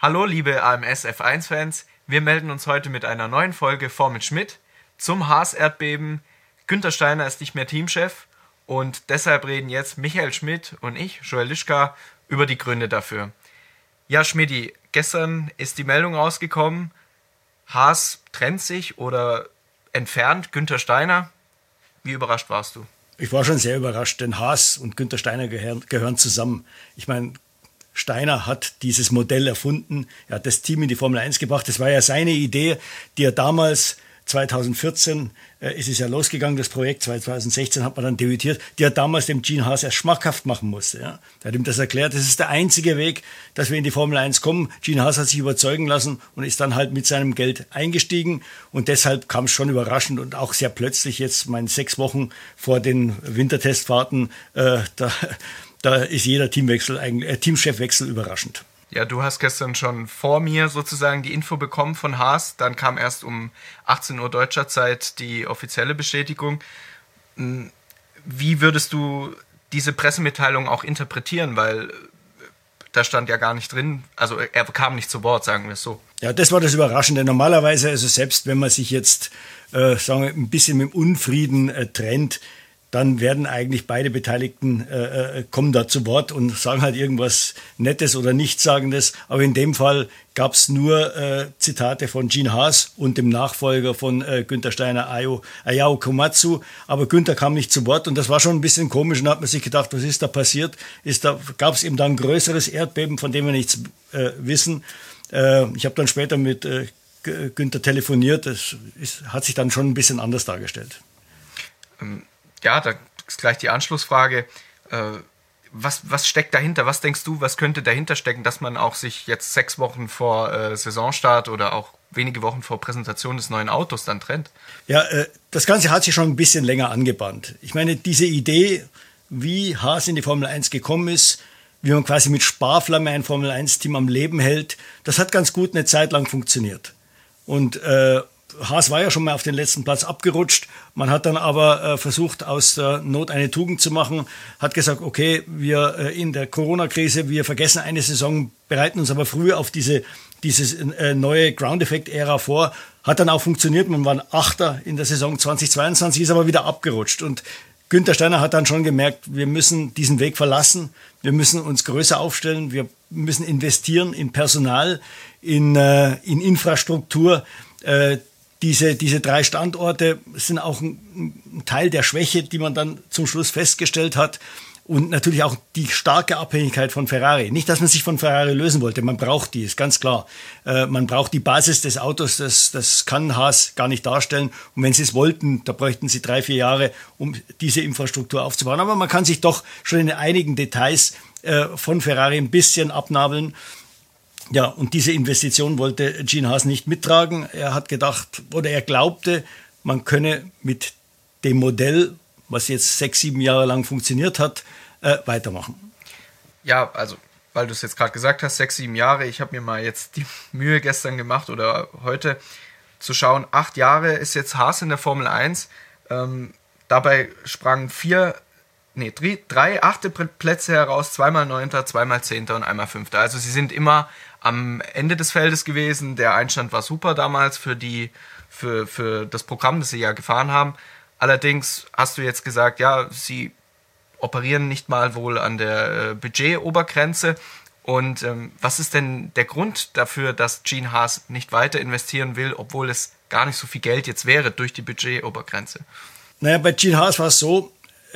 Hallo liebe AMS F1-Fans, wir melden uns heute mit einer neuen Folge Formel Schmidt zum Haas-Erdbeben. Günther Steiner ist nicht mehr Teamchef und deshalb reden jetzt Michael Schmidt und ich, Joel Lischka, über die Gründe dafür. Ja, Schmidti, gestern ist die Meldung rausgekommen, Haas trennt sich oder entfernt Günther Steiner. Wie überrascht warst du? Ich war schon sehr überrascht, denn Haas und Günther Steiner gehören zusammen. Ich meine, Steiner hat dieses Modell erfunden, er hat das Team in die Formel 1 gebracht. Das war ja seine Idee, die er damals, 2014 ist es ja losgegangen, das Projekt, 2016 hat man dann debütiert, die er damals dem Gene Haas erst schmackhaft machen musste. Ja. Er hat ihm das erklärt, das ist der einzige Weg, dass wir in die Formel 1 kommen. Gene Haas hat sich überzeugen lassen und ist dann halt mit seinem Geld eingestiegen und deshalb kam es schon überraschend und auch sehr plötzlich jetzt, 6 Wochen vor den Wintertestfahrten, da ist jeder Teamchefwechsel überraschend. Ja, du hast gestern schon vor mir sozusagen die Info bekommen von Haas. Dann kam erst um 18 Uhr deutscher Zeit die offizielle Bestätigung. Wie würdest du diese Pressemitteilung auch interpretieren? Weil da stand ja gar nicht drin, also er kam nicht zu Wort, sagen wir es so. Ja, das war das Überraschende. Normalerweise, also selbst wenn man sich jetzt sagen wir, ein bisschen mit dem Unfrieden trennt, dann werden eigentlich beide Beteiligten kommen da zu Wort und sagen halt irgendwas Nettes oder Nichtssagendes. Aber in dem Fall gab es nur Zitate von Gene Haas und dem Nachfolger von Günther Steiner, Ayao Komatsu. Aber Günther kam nicht zu Wort und das war schon ein bisschen komisch. Und da hat man sich gedacht, was ist da passiert? Gab es eben da ein größeres Erdbeben, von dem wir nichts wissen. Ich habe dann später mit Günther telefoniert. Hat sich dann schon ein bisschen anders dargestellt. Ja, da ist gleich die Anschlussfrage. Was steckt dahinter? Was denkst du, was könnte dahinter stecken, dass man auch sich jetzt 6 Wochen vor Saisonstart oder auch wenige Wochen vor Präsentation des neuen Autos dann trennt? Ja, das Ganze hat sich schon ein bisschen länger angebahnt. Ich meine, diese Idee, wie Haas in die Formel 1 gekommen ist, wie man quasi mit Sparflamme ein Formel 1-Team am Leben hält, das hat ganz gut eine Zeit lang funktioniert. Und Haas war ja schon mal auf den letzten Platz abgerutscht. Man hat dann aber versucht, aus der Not eine Tugend zu machen, hat gesagt, okay, wir in der Corona-Krise, wir vergessen eine Saison, bereiten uns aber früh auf diese neue Ground-Effekt-Ära vor. Hat dann auch funktioniert, man war Achter in der Saison 2022, ist aber wieder abgerutscht. Und Günther Steiner hat dann schon gemerkt, wir müssen diesen Weg verlassen, wir müssen uns größer aufstellen, wir müssen investieren in Personal, in Infrastruktur. Diese 3 Standorte sind auch ein Teil der Schwäche, die man dann zum Schluss festgestellt hat. Und natürlich auch die starke Abhängigkeit von Ferrari. Nicht, dass man sich von Ferrari lösen wollte, man braucht die, ist ganz klar. Man braucht die Basis des Autos, das kann Haas gar nicht darstellen. Und wenn sie es wollten, da bräuchten sie 3-4 Jahre, um diese Infrastruktur aufzubauen. Aber man kann sich doch schon in einigen Details von Ferrari ein bisschen abnabeln. Ja, und diese Investition wollte Gene Haas nicht mittragen. Er hat gedacht, oder er glaubte, man könne mit dem Modell, was jetzt 6-7 Jahre lang funktioniert hat, weitermachen. Ja, also, weil du es jetzt gerade gesagt hast, 6-7 Jahre. Ich habe mir mal jetzt die Mühe gestern gemacht oder heute zu schauen. 8 Jahre ist jetzt Haas in der Formel 1. Dabei sprangen 3 8. Plätze heraus, 2-mal 9., 2-mal 10. und 1-mal 5. Also sie sind immer am Ende des Feldes gewesen. Der Einstand war super damals für das Programm, das sie ja gefahren haben. Allerdings hast du jetzt gesagt, ja, sie operieren nicht mal wohl an der Budgetobergrenze. Und was ist denn der Grund dafür, dass Gene Haas nicht weiter investieren will, obwohl es gar nicht so viel Geld jetzt wäre durch die Budgetobergrenze? Naja, bei Gene Haas war es so,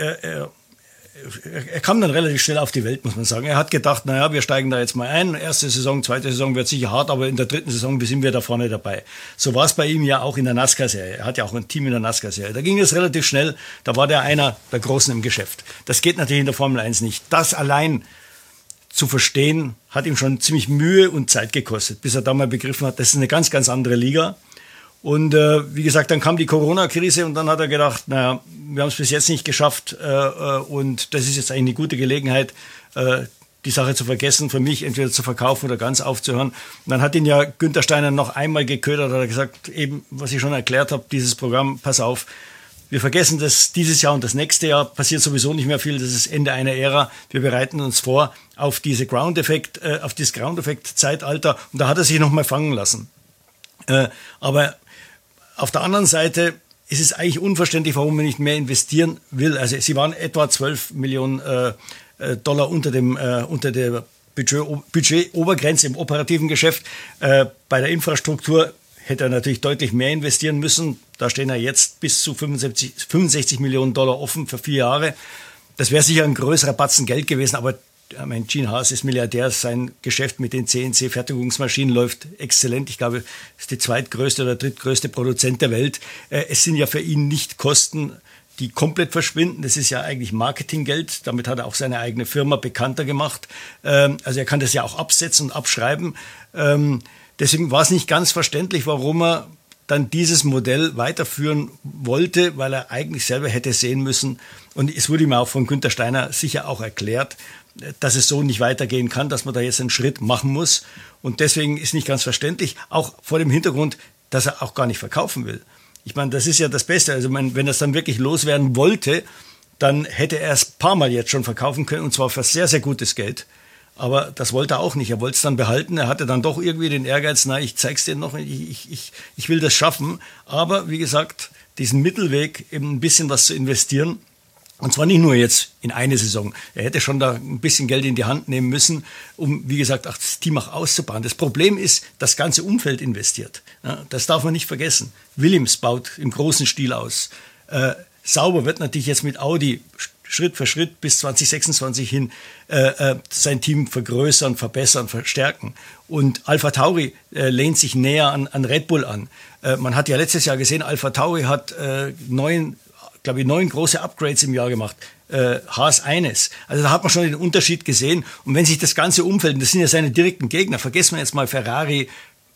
er kam dann relativ schnell auf die Welt, muss man sagen. Er hat gedacht, naja, wir steigen da jetzt mal ein. Erste Saison, zweite Saison wird sicher hart, aber in der 3. Saison sind wir da vorne dabei. So war es bei ihm ja auch in der NASCAR-Serie. Er hat ja auch ein Team in der NASCAR-Serie. Da ging es relativ schnell. Da war der einer der Großen im Geschäft. Das geht natürlich in der Formel 1 nicht. Das allein zu verstehen, hat ihm schon ziemlich Mühe und Zeit gekostet, bis er da mal begriffen hat, das ist eine ganz, ganz andere Liga. Und wie gesagt, dann kam die Corona-Krise und dann hat er gedacht, naja, wir haben es bis jetzt nicht geschafft und das ist jetzt eigentlich eine gute Gelegenheit, die Sache zu vergessen, für mich entweder zu verkaufen oder ganz aufzuhören. Und dann hat ihn ja Günther Steiner noch einmal geködert, hat er gesagt, eben, was ich schon erklärt habe, dieses Programm, pass auf, wir vergessen das dieses Jahr und das nächste Jahr passiert sowieso nicht mehr viel. Das ist Ende einer Ära. Wir bereiten uns vor auf dieses Ground-Effekt-Zeitalter. Und da hat er sich nochmal fangen lassen. Aber auf der anderen Seite ist es eigentlich unverständlich, warum man nicht mehr investieren will. Also sie waren etwa 12 Millionen Dollar unter der Budgetobergrenze im operativen Geschäft. Bei der Infrastruktur hätte er natürlich deutlich mehr investieren müssen. Da stehen ja jetzt bis zu 65 Millionen Dollar offen für 4 Jahre. Das wäre sicher ein größerer Batzen Geld gewesen, aber Gene Haas ist Milliardär, sein Geschäft mit den CNC-Fertigungsmaschinen läuft exzellent. Ich glaube, es ist die zweitgrößte oder drittgrößte Produzent der Welt. Es sind ja für ihn nicht Kosten, die komplett verschwinden. Das ist ja eigentlich Marketinggeld. Damit hat er auch seine eigene Firma bekannter gemacht. Also er kann das ja auch absetzen und abschreiben. Deswegen war es nicht ganz verständlich, warum er dann dieses Modell weiterführen wollte, weil er eigentlich selber hätte sehen müssen. Und es wurde ihm auch von Günther Steiner sicher auch erklärt, dass es so nicht weitergehen kann, dass man da jetzt einen Schritt machen muss. Und deswegen ist nicht ganz verständlich, auch vor dem Hintergrund, dass er auch gar nicht verkaufen will. Ich meine, das ist ja das Beste. Also wenn er es dann wirklich loswerden wollte, dann hätte er es ein paar Mal jetzt schon verkaufen können, und zwar für sehr, sehr gutes Geld. Aber das wollte er auch nicht. Er wollte es dann behalten. Er hatte dann doch irgendwie den Ehrgeiz, na, ich zeig's dir noch, ich will das schaffen. Aber wie gesagt, diesen Mittelweg, eben ein bisschen was zu investieren, und zwar nicht nur jetzt in eine Saison. Er hätte schon da ein bisschen Geld in die Hand nehmen müssen, um, wie gesagt, auch das Team auch auszubauen. Das Problem ist, das ganze Umfeld investiert. Ja, das darf man nicht vergessen. Williams baut im großen Stil aus. Sauber wird natürlich jetzt mit Audi Schritt für Schritt bis 2026 hin sein Team vergrößern, verbessern, verstärken. Und AlphaTauri lehnt sich näher an Red Bull an. Man hat ja letztes Jahr gesehen, AlphaTauri hat 9 große Upgrades im Jahr gemacht. Haas eines. Also da hat man schon den Unterschied gesehen. Und wenn sich das ganze Umfeld, das sind ja seine direkten Gegner, vergessen wir jetzt mal Ferrari,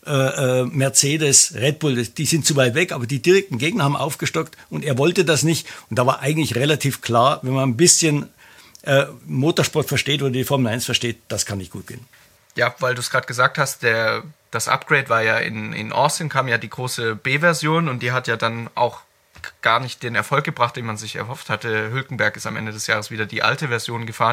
Mercedes, Red Bull, die sind zu weit weg, aber die direkten Gegner haben aufgestockt und er wollte das nicht. Und da war eigentlich relativ klar, wenn man ein bisschen Motorsport versteht oder die Formel 1 versteht, das kann nicht gut gehen. Ja, weil du es gerade gesagt hast, das Upgrade war ja in Austin, kam ja die große B-Version und die hat ja dann auch gar nicht den Erfolg gebracht, den man sich erhofft hatte. Hülkenberg ist am Ende des Jahres wieder die alte Version gefahren.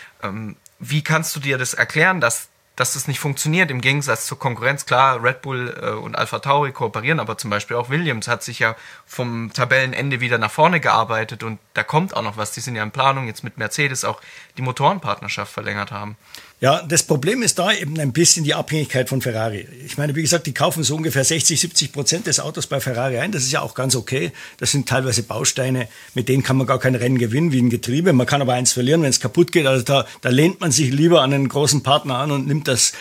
Wie kannst du dir das erklären, dass das nicht funktioniert, im Gegensatz zur Konkurrenz? Klar, Red Bull und AlphaTauri kooperieren, aber zum Beispiel auch Williams hat sich ja vom Tabellenende wieder nach vorne gearbeitet und da kommt auch noch was. Die sind ja in Planung, jetzt mit Mercedes auch die Motorenpartnerschaft verlängert haben. Ja, das Problem ist da eben ein bisschen die Abhängigkeit von Ferrari. Ich meine, wie gesagt, die kaufen so ungefähr 60-70% des Autos bei Ferrari ein. Das ist ja auch ganz okay. Das sind teilweise Bausteine, mit denen kann man gar kein Rennen gewinnen, wie ein Getriebe. Man kann aber eins verlieren, wenn es kaputt geht. Also da lehnt man sich lieber an einen großen Partner an und nimmt das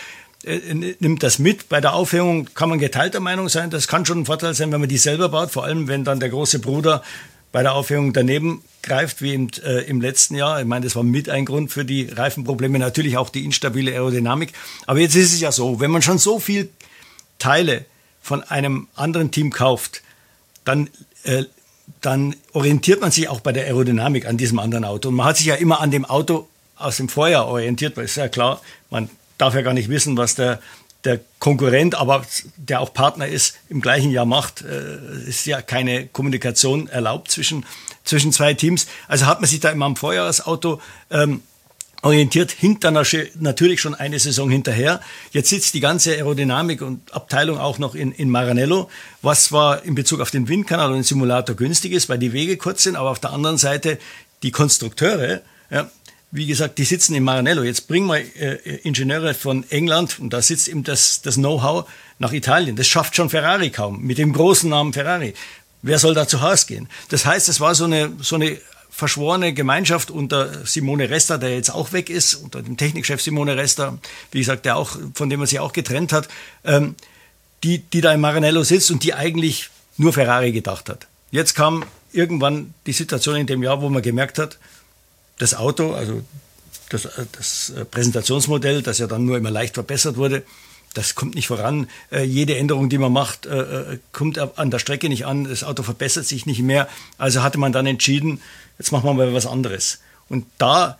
mit. Bei der Aufhängung kann man geteilter Meinung sein. Das kann schon ein Vorteil sein, wenn man die selber baut. Vor allem, wenn dann der große Bruder bei der Aufhängung daneben greift, wie im letzten Jahr. Ich meine, das war mit ein Grund für die Reifenprobleme, natürlich auch die instabile Aerodynamik. Aber jetzt ist es ja so, wenn man schon so viel Teile von einem anderen Team kauft, dann orientiert man sich auch bei der Aerodynamik an diesem anderen Auto. Und man hat sich ja immer an dem Auto aus dem Vorjahr orientiert, weil es ist ja klar, man darf ja gar nicht wissen, was der Konkurrent, aber der auch Partner ist, im gleichen Jahr macht. Ist ja keine Kommunikation erlaubt zwischen zwei Teams. Also hat man sich da immer am Vorjahresauto orientiert, hinkt dann natürlich schon eine Saison hinterher. Jetzt sitzt die ganze Aerodynamik und Abteilung auch noch in Maranello, was zwar in Bezug auf den Windkanal und den Simulator günstig ist, weil die Wege kurz sind, aber auf der anderen Seite die Konstrukteure, ja, wie gesagt, die sitzen in Maranello. Jetzt bringen wir Ingenieure von England und da sitzt eben das Know-how nach Italien. Das schafft schon Ferrari kaum, mit dem großen Namen Ferrari. Wer soll da zu Haas gehen? Das heißt, es war so eine verschworene Gemeinschaft unter Simone Resta, der jetzt auch weg ist, unter dem Technikchef Simone Resta, wie gesagt, von dem man sich auch getrennt hat, die da in Maranello sitzt und die eigentlich nur Ferrari gedacht hat. Jetzt kam irgendwann die Situation in dem Jahr, wo man gemerkt hat, das Auto, also das Präsentationsmodell, das ja dann nur immer leicht verbessert wurde, das kommt nicht voran. Jede Änderung, die man macht, kommt an der Strecke nicht an. Das Auto verbessert sich nicht mehr. Also hatte man dann entschieden, jetzt machen wir mal was anderes. Und da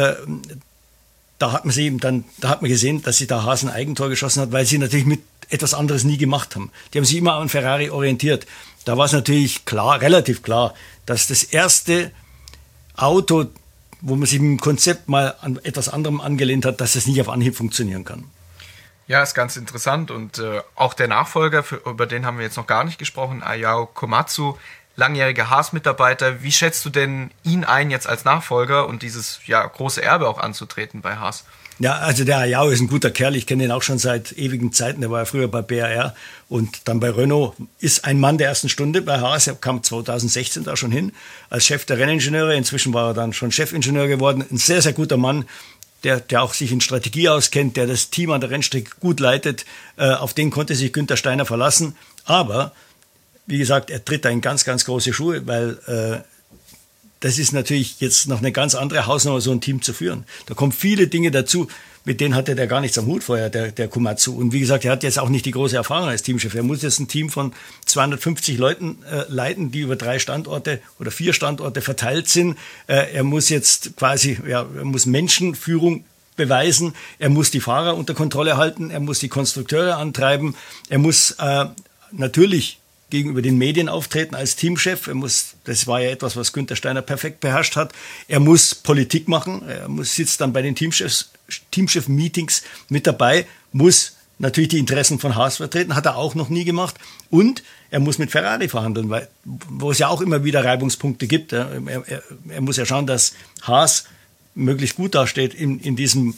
hat man gesehen, dass sich da Haas ein Eigentor geschossen hat, weil sie natürlich mit etwas anderes nie gemacht haben. Die haben sich immer an Ferrari orientiert. da war es natürlich klar, relativ klar, dass das erste Auto, wo man sich im Konzept mal an etwas anderem angelehnt hat, dass das nicht auf Anhieb funktionieren kann. Ja, ist ganz interessant und auch der Nachfolger, über den haben wir jetzt noch gar nicht gesprochen, Ayao Komatsu, langjähriger Haas-Mitarbeiter. Wie schätzt du denn ihn ein, jetzt als Nachfolger und dieses große Erbe auch anzutreten bei Haas? Ja, also der Ayao ist ein guter Kerl. Ich kenne ihn auch schon seit ewigen Zeiten. Der war ja früher bei BAR und dann bei Renault. Ist ein Mann der ersten Stunde bei Haas. Er kam 2016 da schon hin als Chef der Renningenieure. Inzwischen war er dann schon Chefingenieur geworden. Ein sehr, sehr guter Mann, der auch sich in Strategie auskennt, der das Team an der Rennstrecke gut leitet. Auf den konnte sich Günther Steiner verlassen. Aber, wie gesagt, er tritt da in ganz, ganz große Schuhe, weil das ist natürlich jetzt noch eine ganz andere Hausnummer, so ein Team zu führen. Da kommen viele Dinge dazu, mit denen hatte der gar nichts am Hut vorher, der Komatsu. Und wie gesagt, er hat jetzt auch nicht die große Erfahrung als Teamchef. Er muss jetzt ein Team von 250 Leuten leiten, die über 3 Standorte oder 4 Standorte verteilt sind. Er muss jetzt er muss Menschenführung beweisen. Er muss die Fahrer unter Kontrolle halten. Er muss die Konstrukteure antreiben. Er muss natürlich gegenüber den Medien auftreten als Teamchef. Das war ja etwas, was Günther Steiner perfekt beherrscht hat. Er muss Politik machen. Sitzt dann bei den Teamchef-Meetings mit dabei, muss natürlich die Interessen von Haas vertreten, hat er auch noch nie gemacht. Und er muss mit Ferrari verhandeln, wo es ja auch immer wieder Reibungspunkte gibt. Er muss ja schauen, dass Haas möglichst gut dasteht in diesem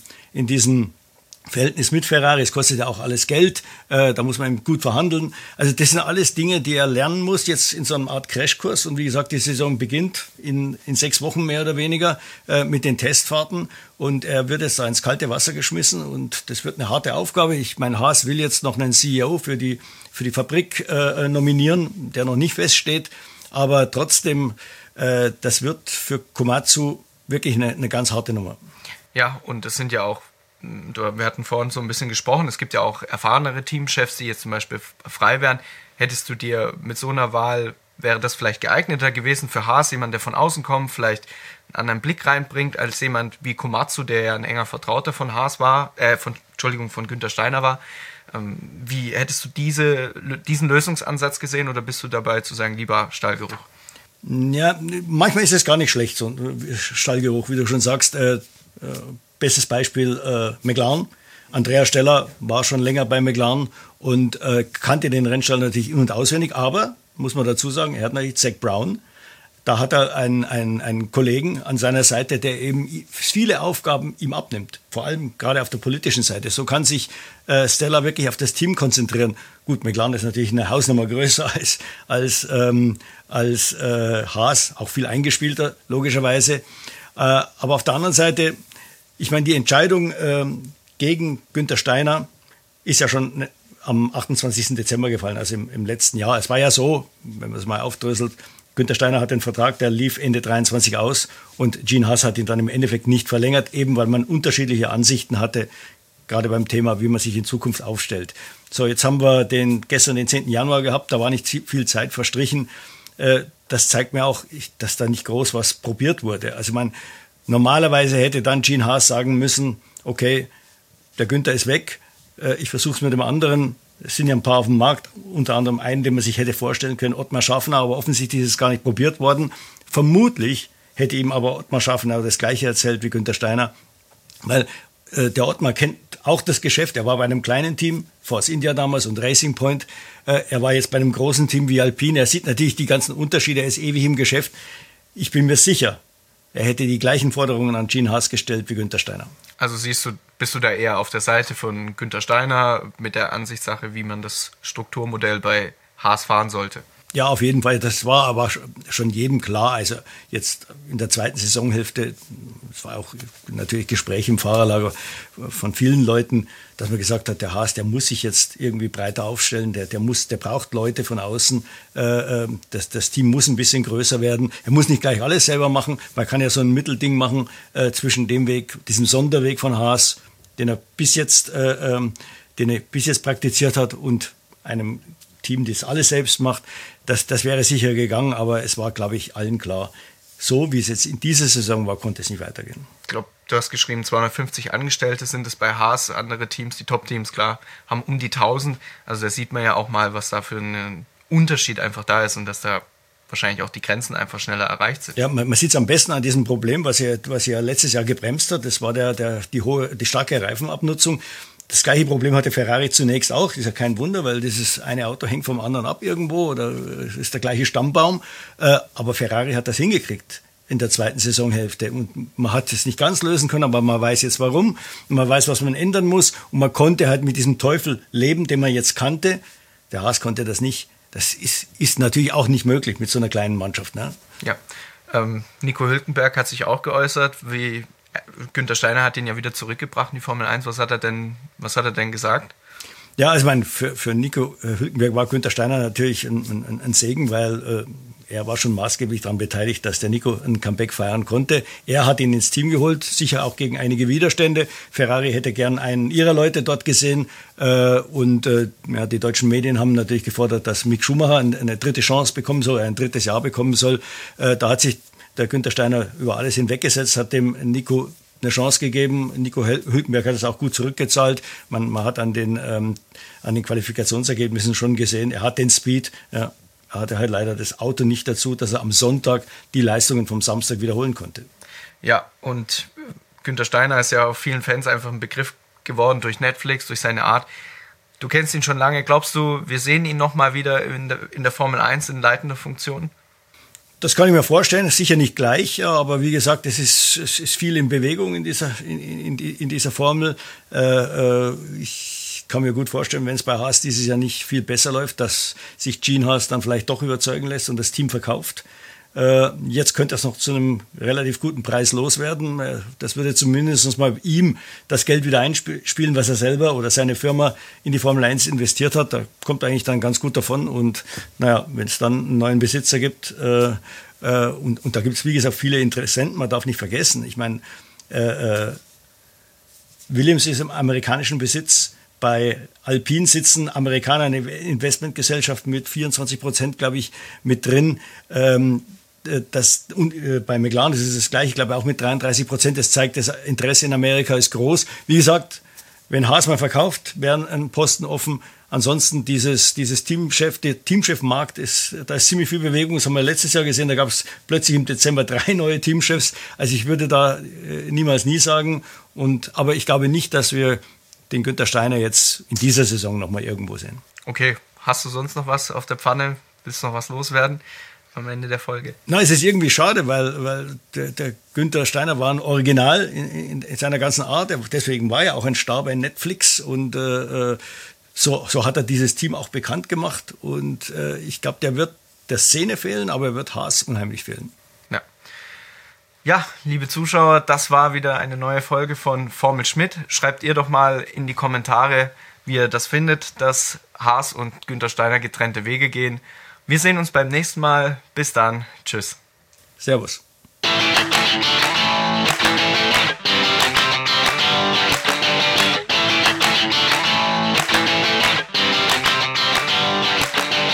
Verhältnis mit Ferrari. Es kostet ja auch alles Geld, da muss man gut verhandeln. Also das sind alles Dinge, die er lernen muss, jetzt in so einer Art Crashkurs. Und wie gesagt, die Saison beginnt in 6 Wochen mehr oder weniger mit den Testfahrten. Und er wird jetzt da ins kalte Wasser geschmissen und das wird eine harte Aufgabe. Ich meine, Haas will jetzt noch einen CEO für die Fabrik nominieren, der noch nicht feststeht. Aber trotzdem, das wird für Komatsu wirklich eine ganz harte Nummer. Ja, und es sind ja auch, wir hatten vorhin so ein bisschen gesprochen, es gibt ja auch erfahrenere Teamchefs, die jetzt zum Beispiel frei wären. Hättest du dir mit so einer Wahl, wäre das vielleicht geeigneter gewesen für Haas, jemand, der von außen kommt, vielleicht einen anderen Blick reinbringt, als jemand wie Komatsu, der ja ein enger Vertrauter von Haas war, von Günther Steiner war. Wie hättest du diesen Lösungsansatz gesehen oder bist du dabei zu sagen, lieber Stallgeruch? Ja, manchmal ist es gar nicht schlecht, so ein Stallgeruch, wie du schon sagst. Bestes Beispiel McLaren. Andrea Steller war schon länger bei McLaren und kannte den Rennstall natürlich in- und auswendig, aber, muss man dazu sagen, er hat natürlich Zak Brown. Da hat er einen Kollegen an seiner Seite, der eben viele Aufgaben ihm abnimmt, vor allem gerade auf der politischen Seite. So kann sich Steller wirklich auf das Team konzentrieren. Gut, McLaren ist natürlich eine Hausnummer größer als Haas, auch viel eingespielter, logischerweise. Aber auf der anderen Seite, ich meine, die Entscheidung gegen Günther Steiner ist ja schon am 28. Dezember gefallen, also im letzten Jahr. Es war ja so, wenn man es mal aufdröselt, Günther Steiner hat den Vertrag, der lief Ende 23 aus und Gene Haas hat ihn dann im Endeffekt nicht verlängert, eben weil man unterschiedliche Ansichten hatte, gerade beim Thema, wie man sich in Zukunft aufstellt. So, jetzt haben wir gestern den 10. Januar gehabt, da war nicht viel Zeit verstrichen. Das zeigt mir auch, dass da nicht groß was probiert wurde. Also normalerweise hätte dann Gene Haas sagen müssen, okay, der Günther ist weg, ich versuche es mit dem anderen. Es sind ja ein paar auf dem Markt, unter anderem einen, den man sich hätte vorstellen können, Ottmar Schaffner, aber offensichtlich ist es gar nicht probiert worden. Vermutlich hätte ihm aber Ottmar Schaffner das Gleiche erzählt wie Günther Steiner, weil der Ottmar kennt auch das Geschäft. Er war bei einem kleinen Team, Force India damals und Racing Point. Er war jetzt bei einem großen Team wie Alpine. Er sieht natürlich die ganzen Unterschiede, er ist ewig im Geschäft. Ich bin mir sicher, er hätte die gleichen Forderungen an Gene Haas gestellt wie Günther Steiner. Also bist du da eher auf der Seite von Günther Steiner mit der Ansichtssache, wie man das Strukturmodell bei Haas fahren sollte? Ja, auf jeden Fall. Das war aber schon jedem klar. Also jetzt in der zweiten Saisonhälfte, es war auch natürlich Gespräche im Fahrerlager von vielen Leuten, dass man gesagt hat, der Haas, der muss sich jetzt irgendwie breiter aufstellen, der braucht Leute von außen, das Team muss ein bisschen größer werden. Er muss nicht gleich alles selber machen. Man kann ja so ein Mittelding machen zwischen dem Weg, diesem Sonderweg von Haas, den er bis jetzt praktiziert hat, und einem Team, das alles selbst macht. Das wäre sicher gegangen, aber es war, glaube ich, allen klar, so wie es jetzt in dieser Saison war, konnte es nicht weitergehen. Ich glaube, du hast geschrieben, 250 Angestellte sind es bei Haas. Andere Teams, die Top-Teams, klar, haben um die 1000. Also da sieht man ja auch mal, was da für eine Unterschied einfach da ist und dass da wahrscheinlich auch die Grenzen einfach schneller erreicht sind. Ja, man sieht es am besten an diesem Problem, was ja letztes Jahr gebremst hat. Das war die starke Reifenabnutzung. Das gleiche Problem hatte Ferrari zunächst auch. Das ist ja kein Wunder, weil dieses eine Auto hängt vom anderen ab irgendwo oder ist der gleiche Stammbaum. Aber Ferrari hat das hingekriegt in der zweiten Saisonhälfte. Und man hat es nicht ganz lösen können, aber man weiß jetzt warum. Und man weiß, was man ändern muss. Und man konnte halt mit diesem Teufel leben, den man jetzt kannte. Der Haas konnte das nicht. Das ist natürlich auch nicht möglich mit so einer kleinen Mannschaft. Ne? Ja, Nico Hülkenberg hat sich auch geäußert, wie Günther Steiner hat ihn ja wieder zurückgebracht in die Formel 1. Was hat er denn gesagt? Ja, also ich meine, für Nico Hülkenberg war Günther Steiner natürlich ein Segen, weil er war schon maßgeblich daran beteiligt, dass der Nico ein Comeback feiern konnte. Er hat ihn ins Team geholt, sicher auch gegen einige Widerstände. Ferrari hätte gern einen ihrer Leute dort gesehen. Die deutschen Medien haben natürlich gefordert, dass Mick Schumacher eine dritte Chance bekommen soll, ein drittes Jahr bekommen soll. Da hat sich der Günther Steiner über alles hinweggesetzt, hat dem Nico eine Chance gegeben. Nico Hülkenberg hat es auch gut zurückgezahlt. Man hat an den Qualifikationsergebnissen schon gesehen, er hat den Speed. Ja, er hatte halt leider das Auto nicht dazu, dass er am Sonntag die Leistungen vom Samstag wiederholen konnte. Ja, und Günther Steiner ist ja auch vielen Fans einfach ein Begriff geworden durch Netflix, durch seine Art. Du kennst ihn schon lange. Glaubst du, wir sehen ihn nochmal wieder in der Formel 1 in leitender Funktion? Das kann ich mir vorstellen, sicher nicht gleich, aber wie gesagt, es ist viel in Bewegung in dieser Formel. Ich kann mir gut vorstellen, wenn es bei Haas dieses Jahr nicht viel besser läuft, dass sich Gene Haas dann vielleicht doch überzeugen lässt und das Team verkauft. Jetzt könnte das noch zu einem relativ guten Preis loswerden. Das würde zumindest mal ihm das Geld wieder einspielen, was er selber oder seine Firma in die Formel 1 investiert hat. Da kommt er eigentlich dann ganz gut davon. Und naja, wenn es dann einen neuen Besitzer gibt, und da gibt es, wie gesagt, viele Interessenten, man darf nicht vergessen. Ich meine, Williams ist im amerikanischen Besitz. Bei Alpine sitzen Amerikaner, eine Investmentgesellschaft mit 24%, glaube ich, mit drin. Bei McLaren ist es das Gleiche, ich glaube auch mit 33%. Das zeigt, das Interesse in Amerika ist groß. Wie gesagt, wenn Haas mal verkauft, wären ein Posten offen. Ansonsten dieses der Teamchefmarkt da ist ziemlich viel Bewegung. Das haben wir letztes Jahr gesehen, da gab es plötzlich im Dezember 3 neue Teamchefs. Also ich würde da niemals nie sagen. Aber ich glaube nicht, dass wir den Günther Steiner jetzt in dieser Saison nochmal irgendwo sehen. Okay, hast du sonst noch was auf der Pfanne? Willst du noch was loswerden am Ende der Folge? Nein, es ist irgendwie schade, weil der Günther Steiner war ein Original in seiner ganzen Art. Deswegen war er auch ein Star bei Netflix und so hat er dieses Team auch bekannt gemacht. Und ich glaube, der wird der Szene fehlen, aber er wird Haas unheimlich fehlen. Ja, liebe Zuschauer, das war wieder eine neue Folge von Formel Schmidt. Schreibt ihr doch mal in die Kommentare, wie ihr das findet, dass Haas und Günther Steiner getrennte Wege gehen. Wir sehen uns beim nächsten Mal. Bis dann. Tschüss. Servus.